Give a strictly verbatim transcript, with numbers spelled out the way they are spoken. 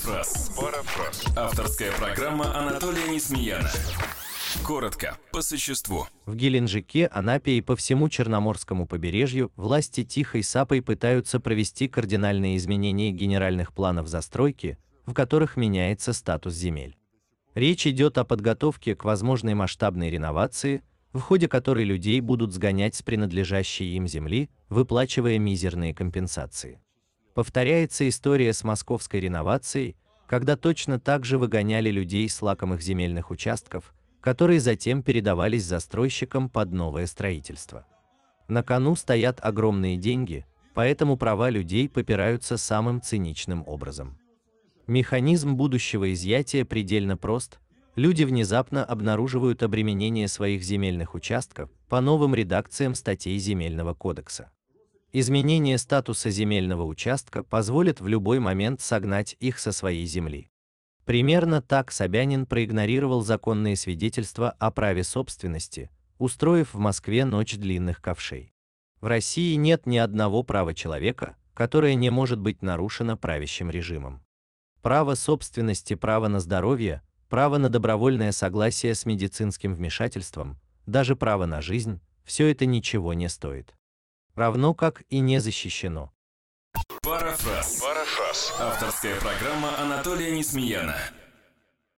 Парафраз. Парафраз. Авторская программа Анатолия Несмеяна. Коротко, по существу. В Геленджике, Анапе и по всему Черноморскому побережью власти тихой сапой пытаются провести кардинальные изменения генеральных планов застройки, в которых меняется статус земель. Речь идет о подготовке к возможной масштабной реновации, в ходе которой людей будут сгонять с принадлежащей им земли, выплачивая мизерные компенсации. Повторяется история с московской реновацией, когда точно так же выгоняли людей с лакомых земельных участков, которые затем передавались застройщикам под новое строительство. На кону стоят огромные деньги, поэтому права людей попираются самым циничным образом. Механизм будущего изъятия предельно прост. Люди внезапно обнаруживают обременение своих земельных участков по новым редакциям статей Земельного кодекса. Изменение статуса земельного участка позволит в любой момент согнать их со своей земли. Примерно так Собянин проигнорировал законные свидетельства о праве собственности, устроив в Москве ночь длинных ковшей. В России нет ни одного права человека, которое не может быть нарушено правящим режимом. Право собственности, право на здоровье, право на добровольное согласие с медицинским вмешательством, даже право на жизнь – все это ничего не стоит. Равно как и не защищено. Парафраз. Парафраз. Авторская программа Анатолия Несмеяна.